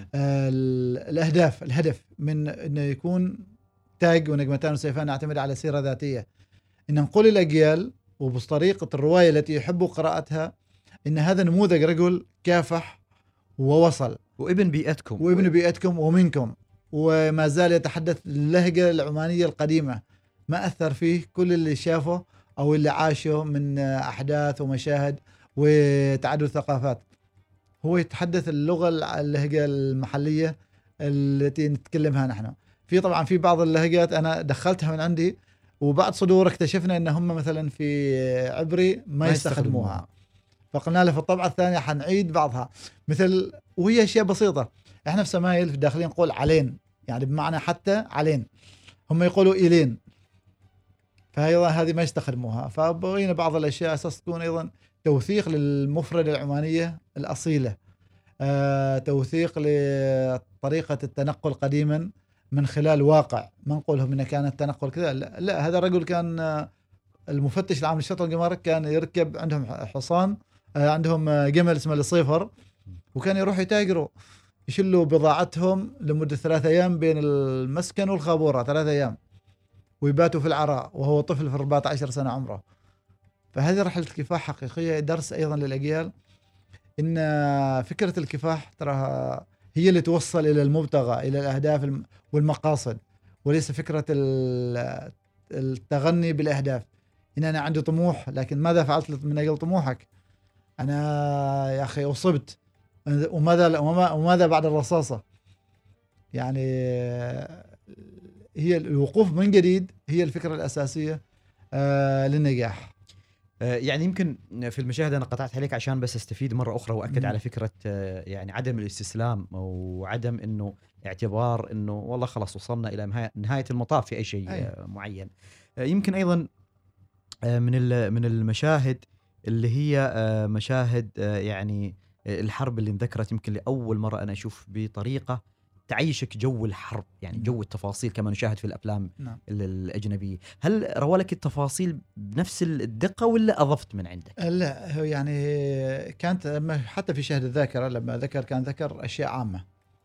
الهدف من أنه يكون تاج ونجمتان وسيفان نعتمد على سيرة ذاتية، أن نقول الأجيال وبطريقة الرواية التي يحبوا قراءتها أن هذا نموذج رجل كافح ووصل وابن بيئتكم ومنكم، وما زال يتحدث اللهجة العمانية القديمة. ما أثر فيه كل اللي شافه أو اللي عاشه من أحداث ومشاهد وتعدد ثقافات. هو يتحدث اللهجة المحلية التي نتكلمها نحن. طبعا في بعض اللهجات أنا دخلتها من عندي، وبعد صدور اكتشفنا ان هم مثلا في عبري ما يستخدموها، فقلنا له في الطبعه الثانيه حنعيد بعضها. مثل وهي اشياء بسيطه، احنا في سمايل في الداخلين نقول علين، يعني بمعنى حتى علين، هم يقولوا إلين، فايضا هذه ما يستخدموها. فبغينا بعض الاشياء اساس تكون ايضا توثيق للمفردة العمانية الأصيلة، توثيق لطريقة التنقل قديما من خلال واقع. ما نقولهم انه كان التنقل كذا، لا هذا الرجل كان المفتش العام للشرطة والجمارك، كان يركب عندهم حصان، عندهم جمل اسمه الصيفر، وكان يروح يتاجروا، يشلوا بضاعتهم لمدة 3 أيام بين المسكن والخابورة، 3 أيام، ويباتوا في العراء وهو طفل في 14 سنة عمره. فهذه رحلة كفاح حقيقية، درس أيضا للأجيال إن فكرة الكفاح تراها هي اللي توصل إلى المبتغى، إلى الأهداف والمقاصد، وليس فكرة التغني بالأهداف. إن أنا عندي طموح، لكن ماذا فعلت من أجل طموحك؟ أنا يا أخي أصبت، وماذا بعد الرصاصة؟ يعني هي الوقوف من جديد هي الفكرة الأساسية للنجاح. يعني يمكن في المشاهد أنا قطعت عليك عشان بس استفيد مرة أخرى وأكد على فكرة يعني عدم الاستسلام وعدم إنه اعتبار إنه والله خلاص وصلنا إلى نهاية المطاف في أي شيء معين. يمكن أيضا من المشاهد اللي هي مشاهد يعني الحرب اللي انذكرت، يمكن لأول مرة أنا أشوف بطريقة تعيشك جو الحرب، يعني جو التفاصيل كما نشاهد في الأفلام الأجنبية. هل روالك التفاصيل بنفس الدقة ولا أضفت من عندك؟ لا يعني كانت حتى في شاهد الذاكرة لما كان ذكر أشياء عامة،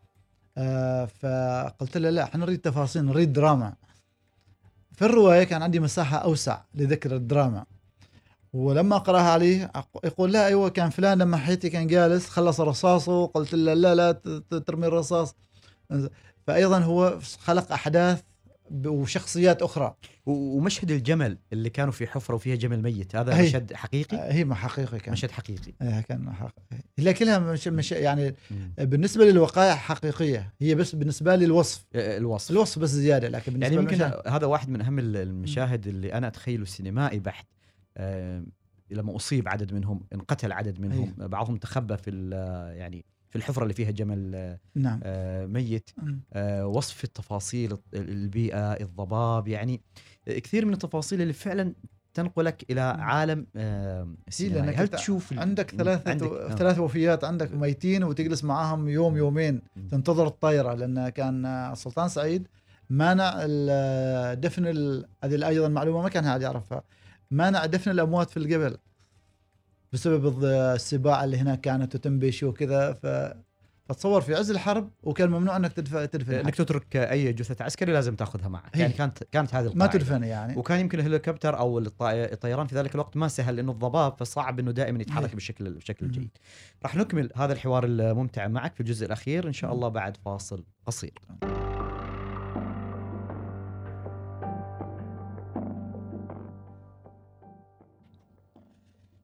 فقلت له لا احنا نريد تفاصيل، نريد دراما. في الرواية كان عندي مساحة أوسع لذكر الدراما، ولما أقرأها عليه يقول لا أيوة كان فلان لما حيتي كان جالس خلص رصاصه، قلت له لا ترمي الرصاص. فأيضا هو خلق أحداث وشخصيات أخرى. ومشهد الجمل اللي كانوا في حفرة وفيها جمل ميت، هذا مشهد حقيقي؟ هي ما حقيقي، كان مشهد حقيقي. كان حقيقي، هي كلها مش يعني بالنسبة للوقائع حقيقية، هي بس بالنسبة لي الوصف بس زيادة. لكن بالنسبة يعني يمكن هذا واحد من أهم المشاهد اللي أنا أتخيله سينمائي بحت. لما أصيب عدد منهم، انقتل عدد منهم، بعضهم تخبى في يعني في الحفرة اللي فيها جمل نعم. ميت. وصف التفاصيل، البيئة، الضباب، يعني كثير من التفاصيل اللي فعلا تنقلك إلى عالم سينمائي. هل تشوف عندك ثلاث وفيات عندك ميتين وتجلس معاهم يومين تنتظر الطائرة، لأن كان السلطان سعيد مانع دفن هذه أيضا معلومة ما كان هذا يعرفها، مانع دفن الأموات في الجبل بسبب السباع اللي هناك كانت وتنبش وكذا. فتصور في عز الحرب وكان ممنوع انك تدفن، انك تترك اي جثة عسكري لازم تاخذها معك. يعني كانت هذه القاعدة ما تدفن يعني. وكان يمكن الهليكوبتر او الطيران في ذلك الوقت ما سهل، لانه الضباب فصعب انه دائما يتحرك بشكل الجيد. راح نكمل هذا الحوار الممتع معك في الجزء الاخير ان شاء الله بعد فاصل قصير.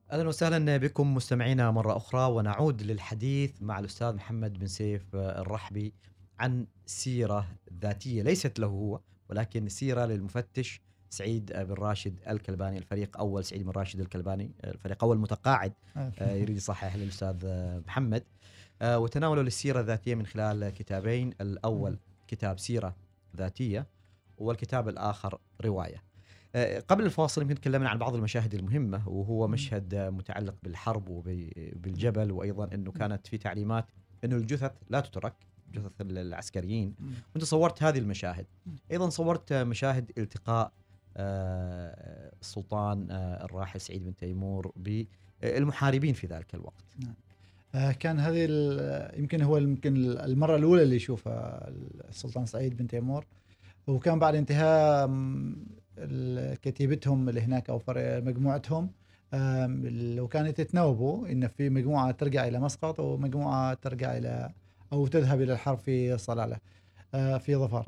أهلا وسهلا بكم مستمعينا مرة أخرى، ونعود للحديث مع الأستاذ محمد بن سيف الرحبي عن سيرة ذاتية ليست له هو، ولكن سيرة للمفتش سعيد بن راشد الكلباني، الفريق أول سعيد بن راشد الكلباني، الفريق أول متقاعد. يريد يصحح للأستاذ محمد. وتناولوا للسيرة الذاتية من خلال كتابين، الأول كتاب سيرة ذاتية، والكتاب الآخر رواية. قبل الفاصل يمكن تكلمنا عن بعض المشاهد المهمة، وهو مشهد متعلق بالحرب وبالجبل، وأيضا أنه كانت في تعليمات أنه الجثث لا تترك، جثث العسكريين، وأنت صورت هذه المشاهد. أيضا صورت مشاهد التقاء السلطان الراحل سعيد بن تيمور بالمحاربين في ذلك الوقت. كان هذه يمكن المرة الأولى اللي يشوفها السلطان سعيد بن تيمور، وكان بعد انتهاء كتيبتهم اللي هناك أو مجموعتهم، وكانت يتناوبوا إن في مجموعة ترجع إلى مسقط ومجموعة ترجع إلى أو تذهب إلى الحرب في صلالة في ظفر.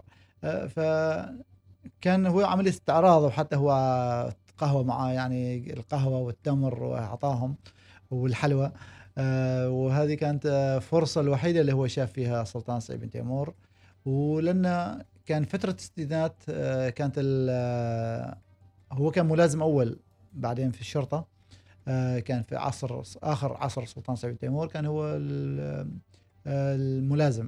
فكان هو عمل استعراض، وحتى هو قهوة معاه، يعني القهوة والتمر وأعطاهم والحلوى. وهذه كانت فرصة الوحيدة اللي هو شاف فيها السلطان سعيد بن تيمور. ولأن كان فترة استئذانات، كانت هو كان ملازم أول، بعدين في الشرطة. كان في آخر عصر السلطان سعيد بن تيمور كان هو الملازم،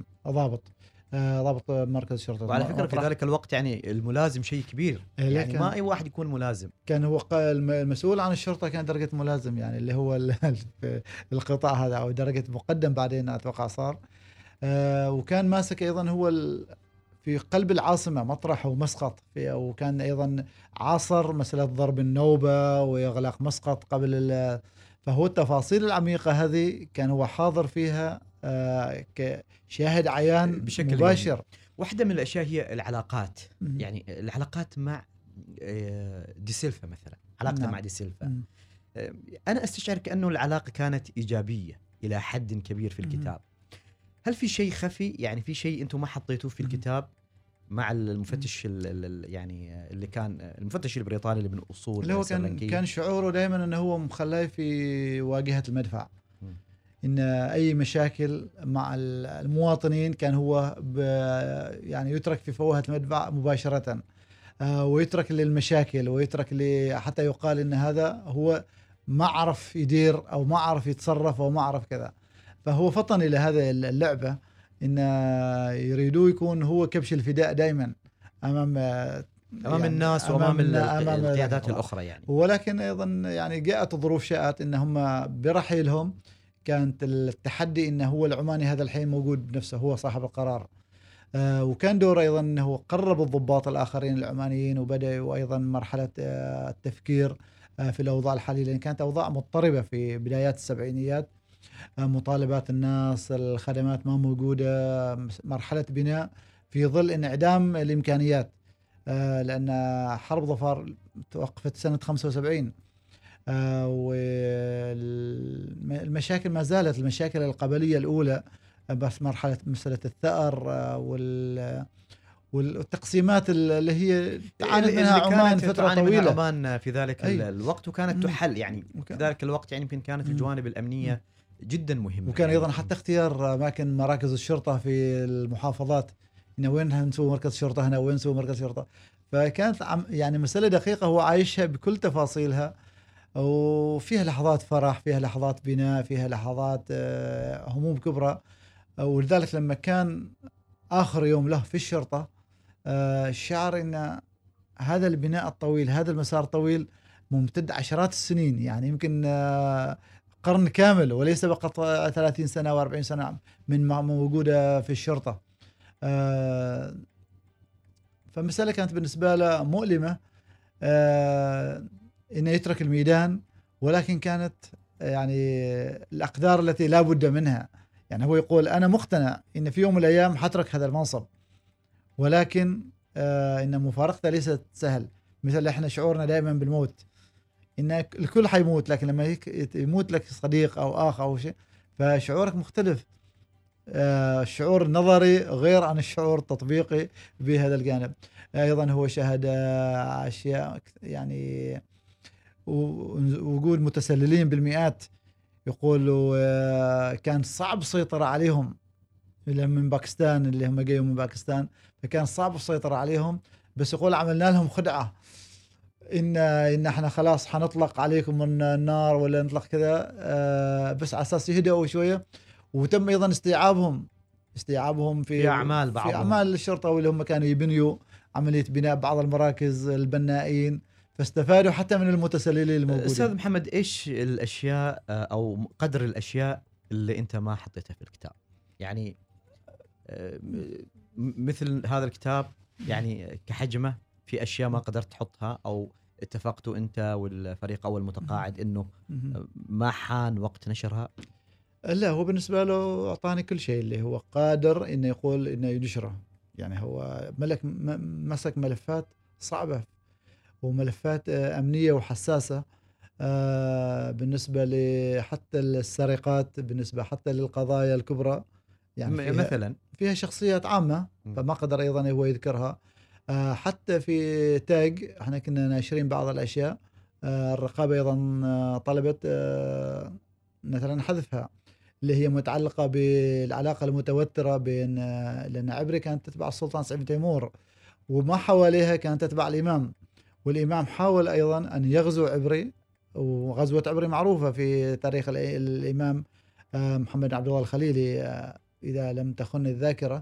ضابط مركز الشرطة. وعلى فكرة في ذلك الوقت يعني الملازم شيء كبير، يعني ما أي واحد يكون ملازم. كان هو المسؤول عن الشرطة، كان درجة ملازم، يعني اللي هو القطاع هذا، أو درجة مقدم بعدين أتوقع صار. وكان ماسك أيضا هو في قلب العاصمة مطرح ومسقط، وكان أيضا عاصر مسألة ضرب النوبة وإغلاق مسقط قبل فهو التفاصيل العميقة هذه كان هو حاضر فيها كشاهد عيان بشكل مباشر يومي. واحدة من الأشياء هي العلاقات، يعني العلاقات مع دي سيلفا مثلا، علاقته مع دي سيلفا. أنا أستشعر كأنه العلاقة كانت إيجابية إلى حد كبير في الكتاب. هل في شيء خفي، يعني في شيء أنتم ما حطيتوه في الكتاب مع المفتش يعني اللي كان المفتش البريطاني اللي من أصول اللي هو كان شعوره دائما أنه هو مخلاه في واجهة المدفع، إن أي مشاكل مع المواطنين كان هو يعني يترك في فوهة المدفع مباشرة، ويترك للمشاكل، ويترك حتى يقال إن هذا هو ما عرف يدير أو ما عرف يتصرف أو ما عرف كذا. فهو فطن إلى هذا اللعبة، إن يريدوه يكون هو كبش الفداء دائما أمام يعني الناس وأمام القيادات الأخرى يعني. ولكن أيضا يعني جاءت ظروف شاءت إن هم برحيلهم كانت التحدي إنه هو العماني هذا الحين موجود بنفسه، هو صاحب القرار. وكان دور أيضا أنه قرب الضباط الآخرين العمانيين، وبدأ وأيضا مرحلة التفكير في الأوضاع الحالية، لأن كانت أوضاع مضطربة في بدايات السبعينيات. مطالبات الناس، الخدمات ما موجودة، مرحلة بناء في ظل انعدام الإمكانيات، لأن حرب ظفار توقفت سنة 75. والمشاكل ما زالت، المشاكل القبلية الأولى، بس مسألة الثأر والتقسيمات اللي هي تعانت منها عمان فترة طويلة. عمان في ذلك الوقت، وكانت تحل يعني في ذلك الوقت، يعني يمكن كانت الجوانب الأمنية جدا مهمة. وكان أيضا حتى اختيار أماكن مراكز الشرطة في المحافظات، إنه وين هنسوي مركز شرطة هنا، وين نسوي مركز شرطة. فكانت يعني مسألة دقيقة هو عايشها بكل تفاصيلها، وفيها لحظات فرح، فيها لحظات بناء، فيها لحظات هموم كبرى. ولذلك لما كان آخر يوم له في الشرطة، شعر إن هذا البناء الطويل، هذا المسار الطويل ممتد عشرات السنين، يعني يمكن قرن كامل، وليس فقط 30 سنة و40 سنة من موجودة في الشرطة. فمسألة كانت بالنسبة له مؤلمة، إنه يترك الميدان، ولكن كانت يعني الأقدار التي لا بد منها. يعني هو يقول أنا مقتنع إن في يوم من الأيام حترك هذا المنصب، ولكن إن مفارقته ليست سهل. مثل إحنا شعورنا دائما بالموت، إن الكل حيموت، لكن لما يموت لك صديق أو أخ أو شيء فشعورك مختلف. الشعور النظري غير عن الشعور التطبيقي بهذا الجانب. أيضا هو شهد أشياء يعني ويقول متسللين بالمئات. يقولوا كان صعب السيطرة عليهم من باكستان، اللي هم جايوا من باكستان، فكان صعب السيطرة عليهم. بس يقول عملنا لهم خدعة، إن احنا خلاص حنطلق عليكم من النار ولا نطلق كذا، بس على أساس يهدأوا شوية. وتم أيضا استيعابهم في في أعمال في بعضهم. أعمال الشرطة، واللي هم كانوا يبنيوا عملية بناء بعض المراكز، البنائين، فاستفادوا حتى من المتسللين الموجودين. أستاذ محمد، إيش الأشياء أو قدر الأشياء اللي أنت ما حطيتها في الكتاب؟ يعني مثل هذا الكتاب، يعني كحجمه في أشياء ما قدرت تحطها، أو اتفقتوا أنت والفريق أول متقاعد إنه ما حان وقت نشرها؟ لا، هو بالنسبة له أعطاني كل شيء اللي هو قادر إنه يقول إنه ينشره. يعني هو مسك ملفات صعبة، وملفات أمنية وحساسة، بالنسبة حتى السرقات، بالنسبة حتى للقضايا الكبرى. يعني مثلا فيها شخصيات عامة، فما قدر أيضا هو يذكرها. حتى في تاج احنا كنا ناشرين بعض الأشياء، الرقابة أيضا طلبت مثلا حذفها، اللي هي متعلقة بالعلاقة المتوترة بين لأن عبري كانت تتبع السلطان سعيد بن تيمور، وما حواليها كانت تتبع الإمام. والإمام حاول أيضا أن يغزو عبري، وغزوة عبري معروفة في تاريخ الإمام محمد عبد الله الخليلي، إذا لم تخن الذاكرة.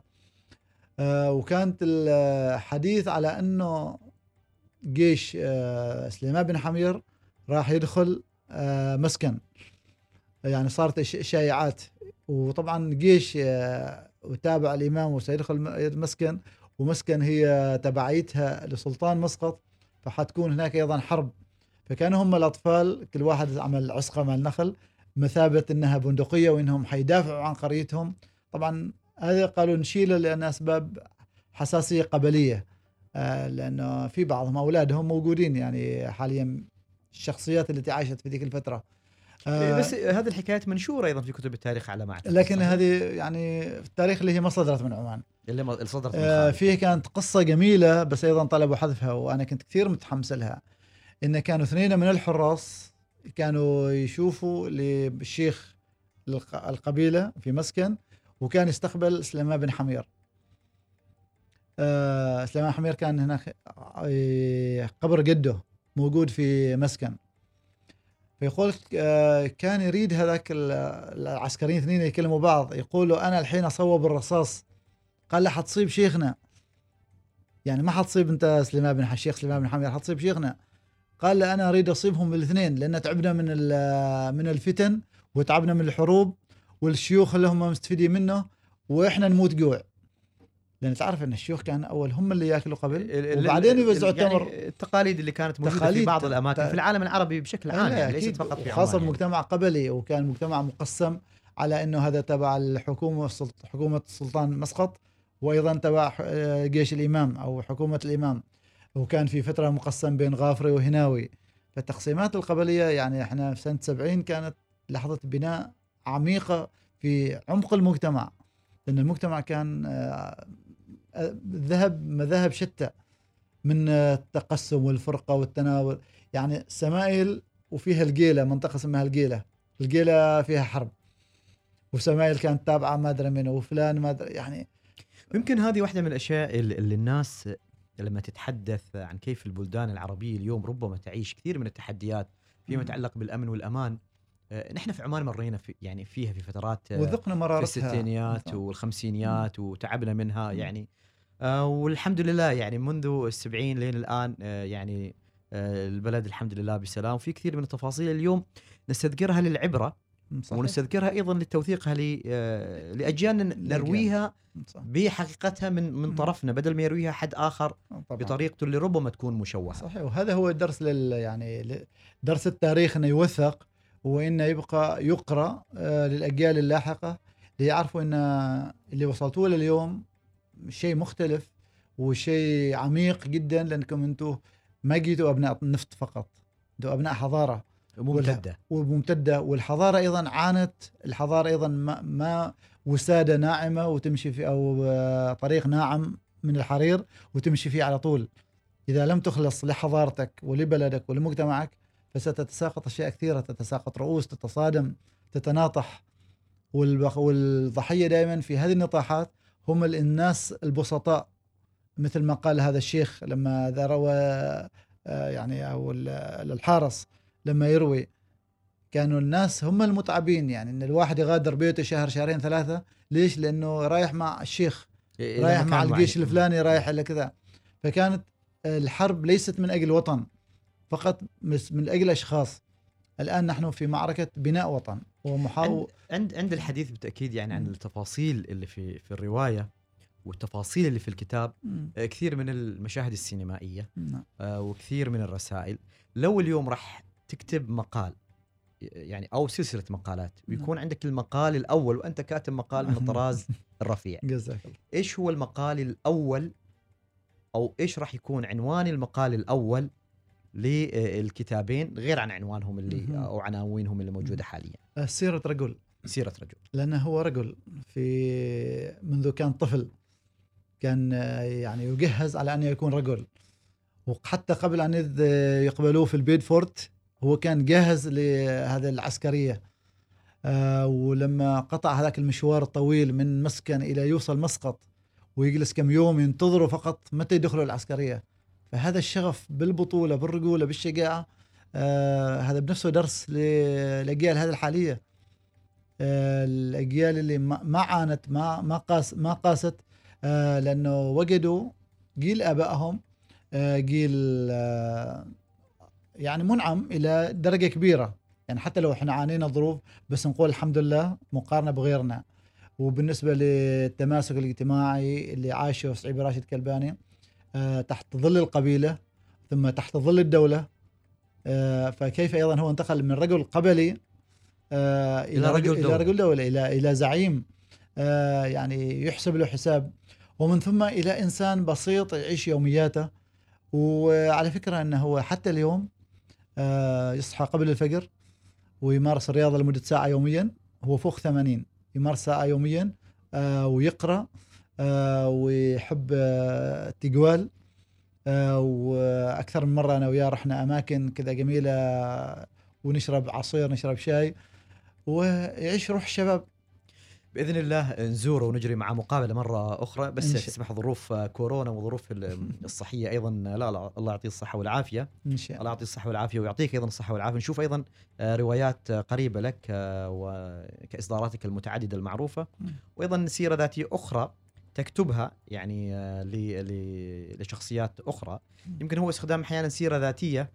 وكانت الحديث على أنه جيش سليمان بن حمير راح يدخل مسكن، يعني صارت شائعات. وطبعا جيش وتابع الإمام وسيدخل مسكن، ومسكن هي تبعيتها لسلطان مسقط، فحتكون هناك أيضا حرب. فكانوا هم الأطفال كل واحد عمل عصقة مع النخل مثابة إنها بندقية، وإنهم حيدافعوا عن قريتهم. طبعا هذا قالوا نشيله لأن أسباب حساسية قبلية، لأنه في بعضهم أولادهم موجودين يعني حاليا، الشخصيات التي عاشت في ذيك الفترة. بس هذه الحكايات منشورة أيضا في كتب التاريخ على ما أعتقد، لكن صحيح؟ هذه يعني في التاريخ اللي هي ما صدرت من عمان، اللي صدرت من خارج. فيه كانت قصة جميلة، بس أيضا طلبوا حذفها، وأنا كنت كثير متحمس لها. إن كانوا اثنين من الحراس كانوا يشوفوا للشيخ القبيلة في مسكن، وكان يستقبل سليمان بن حمير. سليمان حمير كان هناك قبر جده موجود في مسكن. فيقول كان يريد هذاك العسكريين اثنين يكلموا بعض، يقولوا أنا الحين أصوب الرصاص. قال له حتصيب شيخنا، يعني ما حتصيب أنت سليمان بن الشيخ سليمان بن حمير، حتصيب شيخنا. قال له أنا أريد أصيبهم الاثنين، لأن تعبنا من الفتن، وتعبنا من الحروب، والشيوخ اللي هم مستفيدين منه، وإحنا نموت جوع. لأن تعرف أن الشيوخ كان أول هم اللي يأكلوا قبل، وبعدين يوزعوا التمر. يعني التقاليد اللي كانت موجودة في بعض الأماكن في العالم العربي بشكل عام، يعني ليست فقط في عمان، خاصة يعني. مجتمع قبلي، وكان مجتمع مقسم على أنه هذا تبع الحكومة، حكومة السلطان مسقط، وأيضا تبع جيش الإمام أو حكومة الإمام. وكان في فترة مقسم بين غافري وهناوي. فالتقسيمات القبلية يعني احنا في سنة 70 كانت لحظة بناء عميقة في عمق المجتمع، لأن المجتمع كان ذهب مذاهب شتى، من التقسم والفرقة والتناول. يعني سمايل وفيها الجيلة، منطقة اسمها الجيلة فيها حرب، وسمايل كانت تابعة ما أدري منه، وفلان ما أدري يعني. يمكن هذه واحدة من الأشياء اللي الناس لما تتحدث عن كيف البلدان العربية اليوم ربما تعيش كثير من التحديات فيما يتعلق بالأمن والأمان. نحن في عمان مرينا يعني فيها في فترات وذقنا مرارتها في الستينيات والخمسينيات، وتعبنا منها يعني. والحمد لله يعني منذ السبعين لين الآن يعني البلد الحمد لله بسلام. وفي كثير من التفاصيل اليوم نستذكرها للعبرة، صحيح. ونستذكرها أيضا للتوثيقها لأجيال نرويها بحقيقتها من طرفنا، بدل ما يرويها حد آخر بطريقته اللي ربما تكون مشوهة. صحيح. وهذا هو الدرس يعني درس التاريخ، أنه يوثق وإنه يبقى يقرأ للأجيال اللاحقة، ليعرفوا أن اللي وصلتوا له اليوم شيء مختلف وشيء عميق جدا، لأنكم أنتم ما جيتوا أبناء النفط فقط، أنتم أبناء حضارة وممتدة. والحضارة أيضا عانت، الحضارة أيضا ما وسادة ناعمة وتمشي في، أو طريق ناعم من الحرير وتمشي فيه على طول. إذا لم تخلص لحضارتك ولبلدك ولمجتمعك، فستتساقط أشياء كثيرة، تتساقط رؤوس، تتصادم، تتناطح. والضحية دائما في هذه النطاحات هم الناس البسطاء، مثل ما قال هذا الشيخ لما روى يعني أو الحارس لما يروي، كانوا الناس هم المتعبين. يعني ان الواحد يغادر بيته شهر شهرين ثلاثة، ليش؟ لانه رايح مع الشيخ، رايح مع الجيش الفلاني، رايح إلى كذا. فكانت الحرب ليست من أجل وطن فقط، من أجل أشخاص. الآن نحن في معركة بناء وطن عند الحديث بالتأكيد يعني عن التفاصيل اللي في الرواية والتفاصيل اللي في الكتاب. كثير من المشاهد السينمائية وكثير من الرسائل. لو اليوم راح تكتب مقال يعني أو سلسلة مقالات ويكون عندك المقال الأول وأنت كاتب مقال من الطراز الرفيع، إيش هو المقال الأول أو إيش راح يكون عنوان المقال الأول للكتابين غير عن عنوانهم اللي أو عناوينهم اللي موجودة حاليا؟ سيرة رجل. سيرة رجل، لأنه هو رجل في منذ كان طفل كان يعني يجهز على أن يكون رجل، وحتى قبل أن يقبلوه في البيدفورت هو كان جاهز لهذه العسكرية. ولما قطع هذاك المشوار الطويل من مسكن إلى يوصل مسقط ويجلس كم يوم ينتظروا فقط متى يدخلوا العسكرية، فهذا الشغف بالبطولة بالرجولة بالشجاعة هذا بنفسه درس للأجيال هذه الحالية. الأجيال اللي ما عانت ما قاست لأنه وجدوا جيل آبائهم جيل يعني منعم إلى درجة كبيرة. يعني حتى لو احنا عانينا ظروف بس نقول الحمد لله مقارنة بغيرنا. وبالنسبة للتماسك الاجتماعي اللي عاشه صعيب راشد كلباني تحت ظل القبيلة ثم تحت ظل الدولة، فكيف أيضا هو انتقل من رجل قبلي إلى رجل دولة إلى زعيم يعني يحسب له حساب، ومن ثم إلى إنسان بسيط يعيش يومياته. وعلى فكرة أنه هو حتى اليوم يصحى قبل الفجر ويمارس الرياضة لمدة ساعة يوميا. هو فوق 80 يمارس ساعة يوميا ويقرأ ويحب التقوال. وأكثر من مرة أنا وياه رحنا أماكن كذا جميلة ونشرب عصير نشرب شاي ويعيش روح الشباب. بإذن الله نزوره ونجري معه مقابلة مرة أخرى، بس تسمح ظروف كورونا وظروف الصحية أيضا. لا الله يعطيه الصحة والعافية إن شاء الله. الله يعطيه الصحة والعافية ويعطيك أيضا الصحة والعافية. نشوف أيضا روايات قريبة لك وكإصداراتك المتعددة المعروفة، وأيضا سيرة ذاتية أخرى تكتبها يعني لشخصيات أخرى. يمكن هو استخدام أحيانا سيرة ذاتية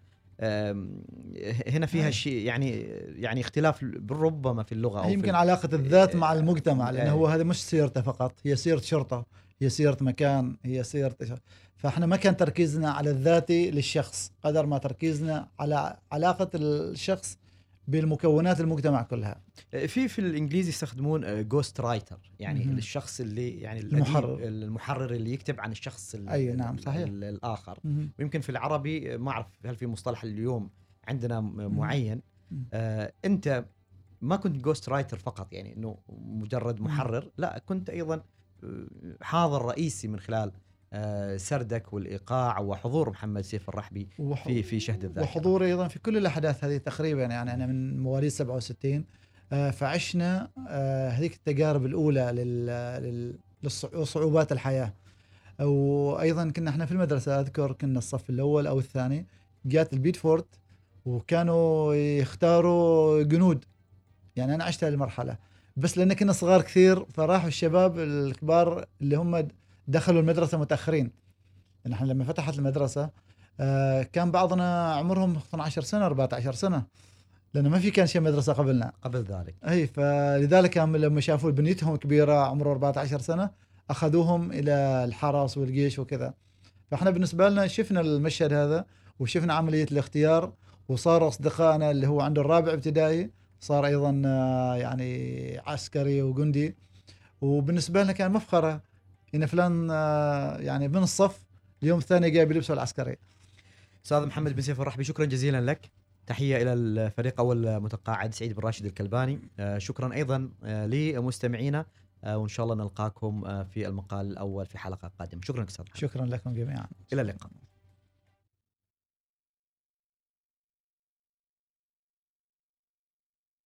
هنا فيها شيء يعني اختلاف ربما في اللغة أو يمكن علاقة الذات مع المجتمع، لأنه هو هذا مش سيرته فقط، هي سيرة شرطة، هي سيرة مكان، هي سيرة. فإحنا ما كان تركيزنا على الذاتي للشخص قدر ما تركيزنا على علاقة الشخص بالمكونات المجتمع كلها. في الإنجليزي يستخدمون جوست رايتر، يعني الشخص اللي يعني المحرر اللي يكتب عن الشخص نعم صحيح. الآخر. ويمكن في العربي ما أعرف هل في مصطلح اليوم عندنا معين. أنت ما كنت جوست رايتر فقط يعني إنه مجرد محرر، لا كنت أيضا حاضر رئيسي من خلال سردك والإيقاع وحضور محمد سيف الرحبي في شهد الذاكرة، وحضور أيضا في كل الأحداث هذه تقريبا. يعني أنا من مواليد 67 فعشنا هذيك التجارب الأولى لصعوبات الحياة. وأيضا كنا احنا في المدرسة أذكر كنا الصف الأول أو الثاني، جات البيدفورت وكانوا يختاروا جنود. يعني أنا عشت هذه المرحلة بس لأن كنا صغار كثير فراحوا الشباب الكبار اللي هم دخلوا المدرسة متأخرين. نحن لما فتحت المدرسة كان بعضنا عمرهم 12 سنة 14 سنة، لأنه ما في كان شيء مدرسة قبلنا قبل ذلك. أي فلذلك هم لما شافوا بنيتهم كبيرة عمره 14 سنة أخذوهم إلى الحرس والجيش وكذا. فإحنا بالنسبة لنا شفنا المشهد هذا وشفنا عملية الاختيار، وصار أصدقائنا اللي هو عنده الرابع ابتدائي صار أيضا يعني عسكري وجندي. وبالنسبة لنا كان مفخرة إن فلان يعني من الصف اليوم الثاني جاي بلبسه العسكري. أستاذ محمد بن سيف الرحبي شكرا جزيلا لك. تحية إلى الفريق أول متقاعد سعيد بن راشد الكلباني. شكرا أيضا لمستمعينا، وإن شاء الله نلقاكم في المقال الأول في حلقة قادمة. شكرا أستاذ. شكرا لكم جميعا. إلى اللقاء.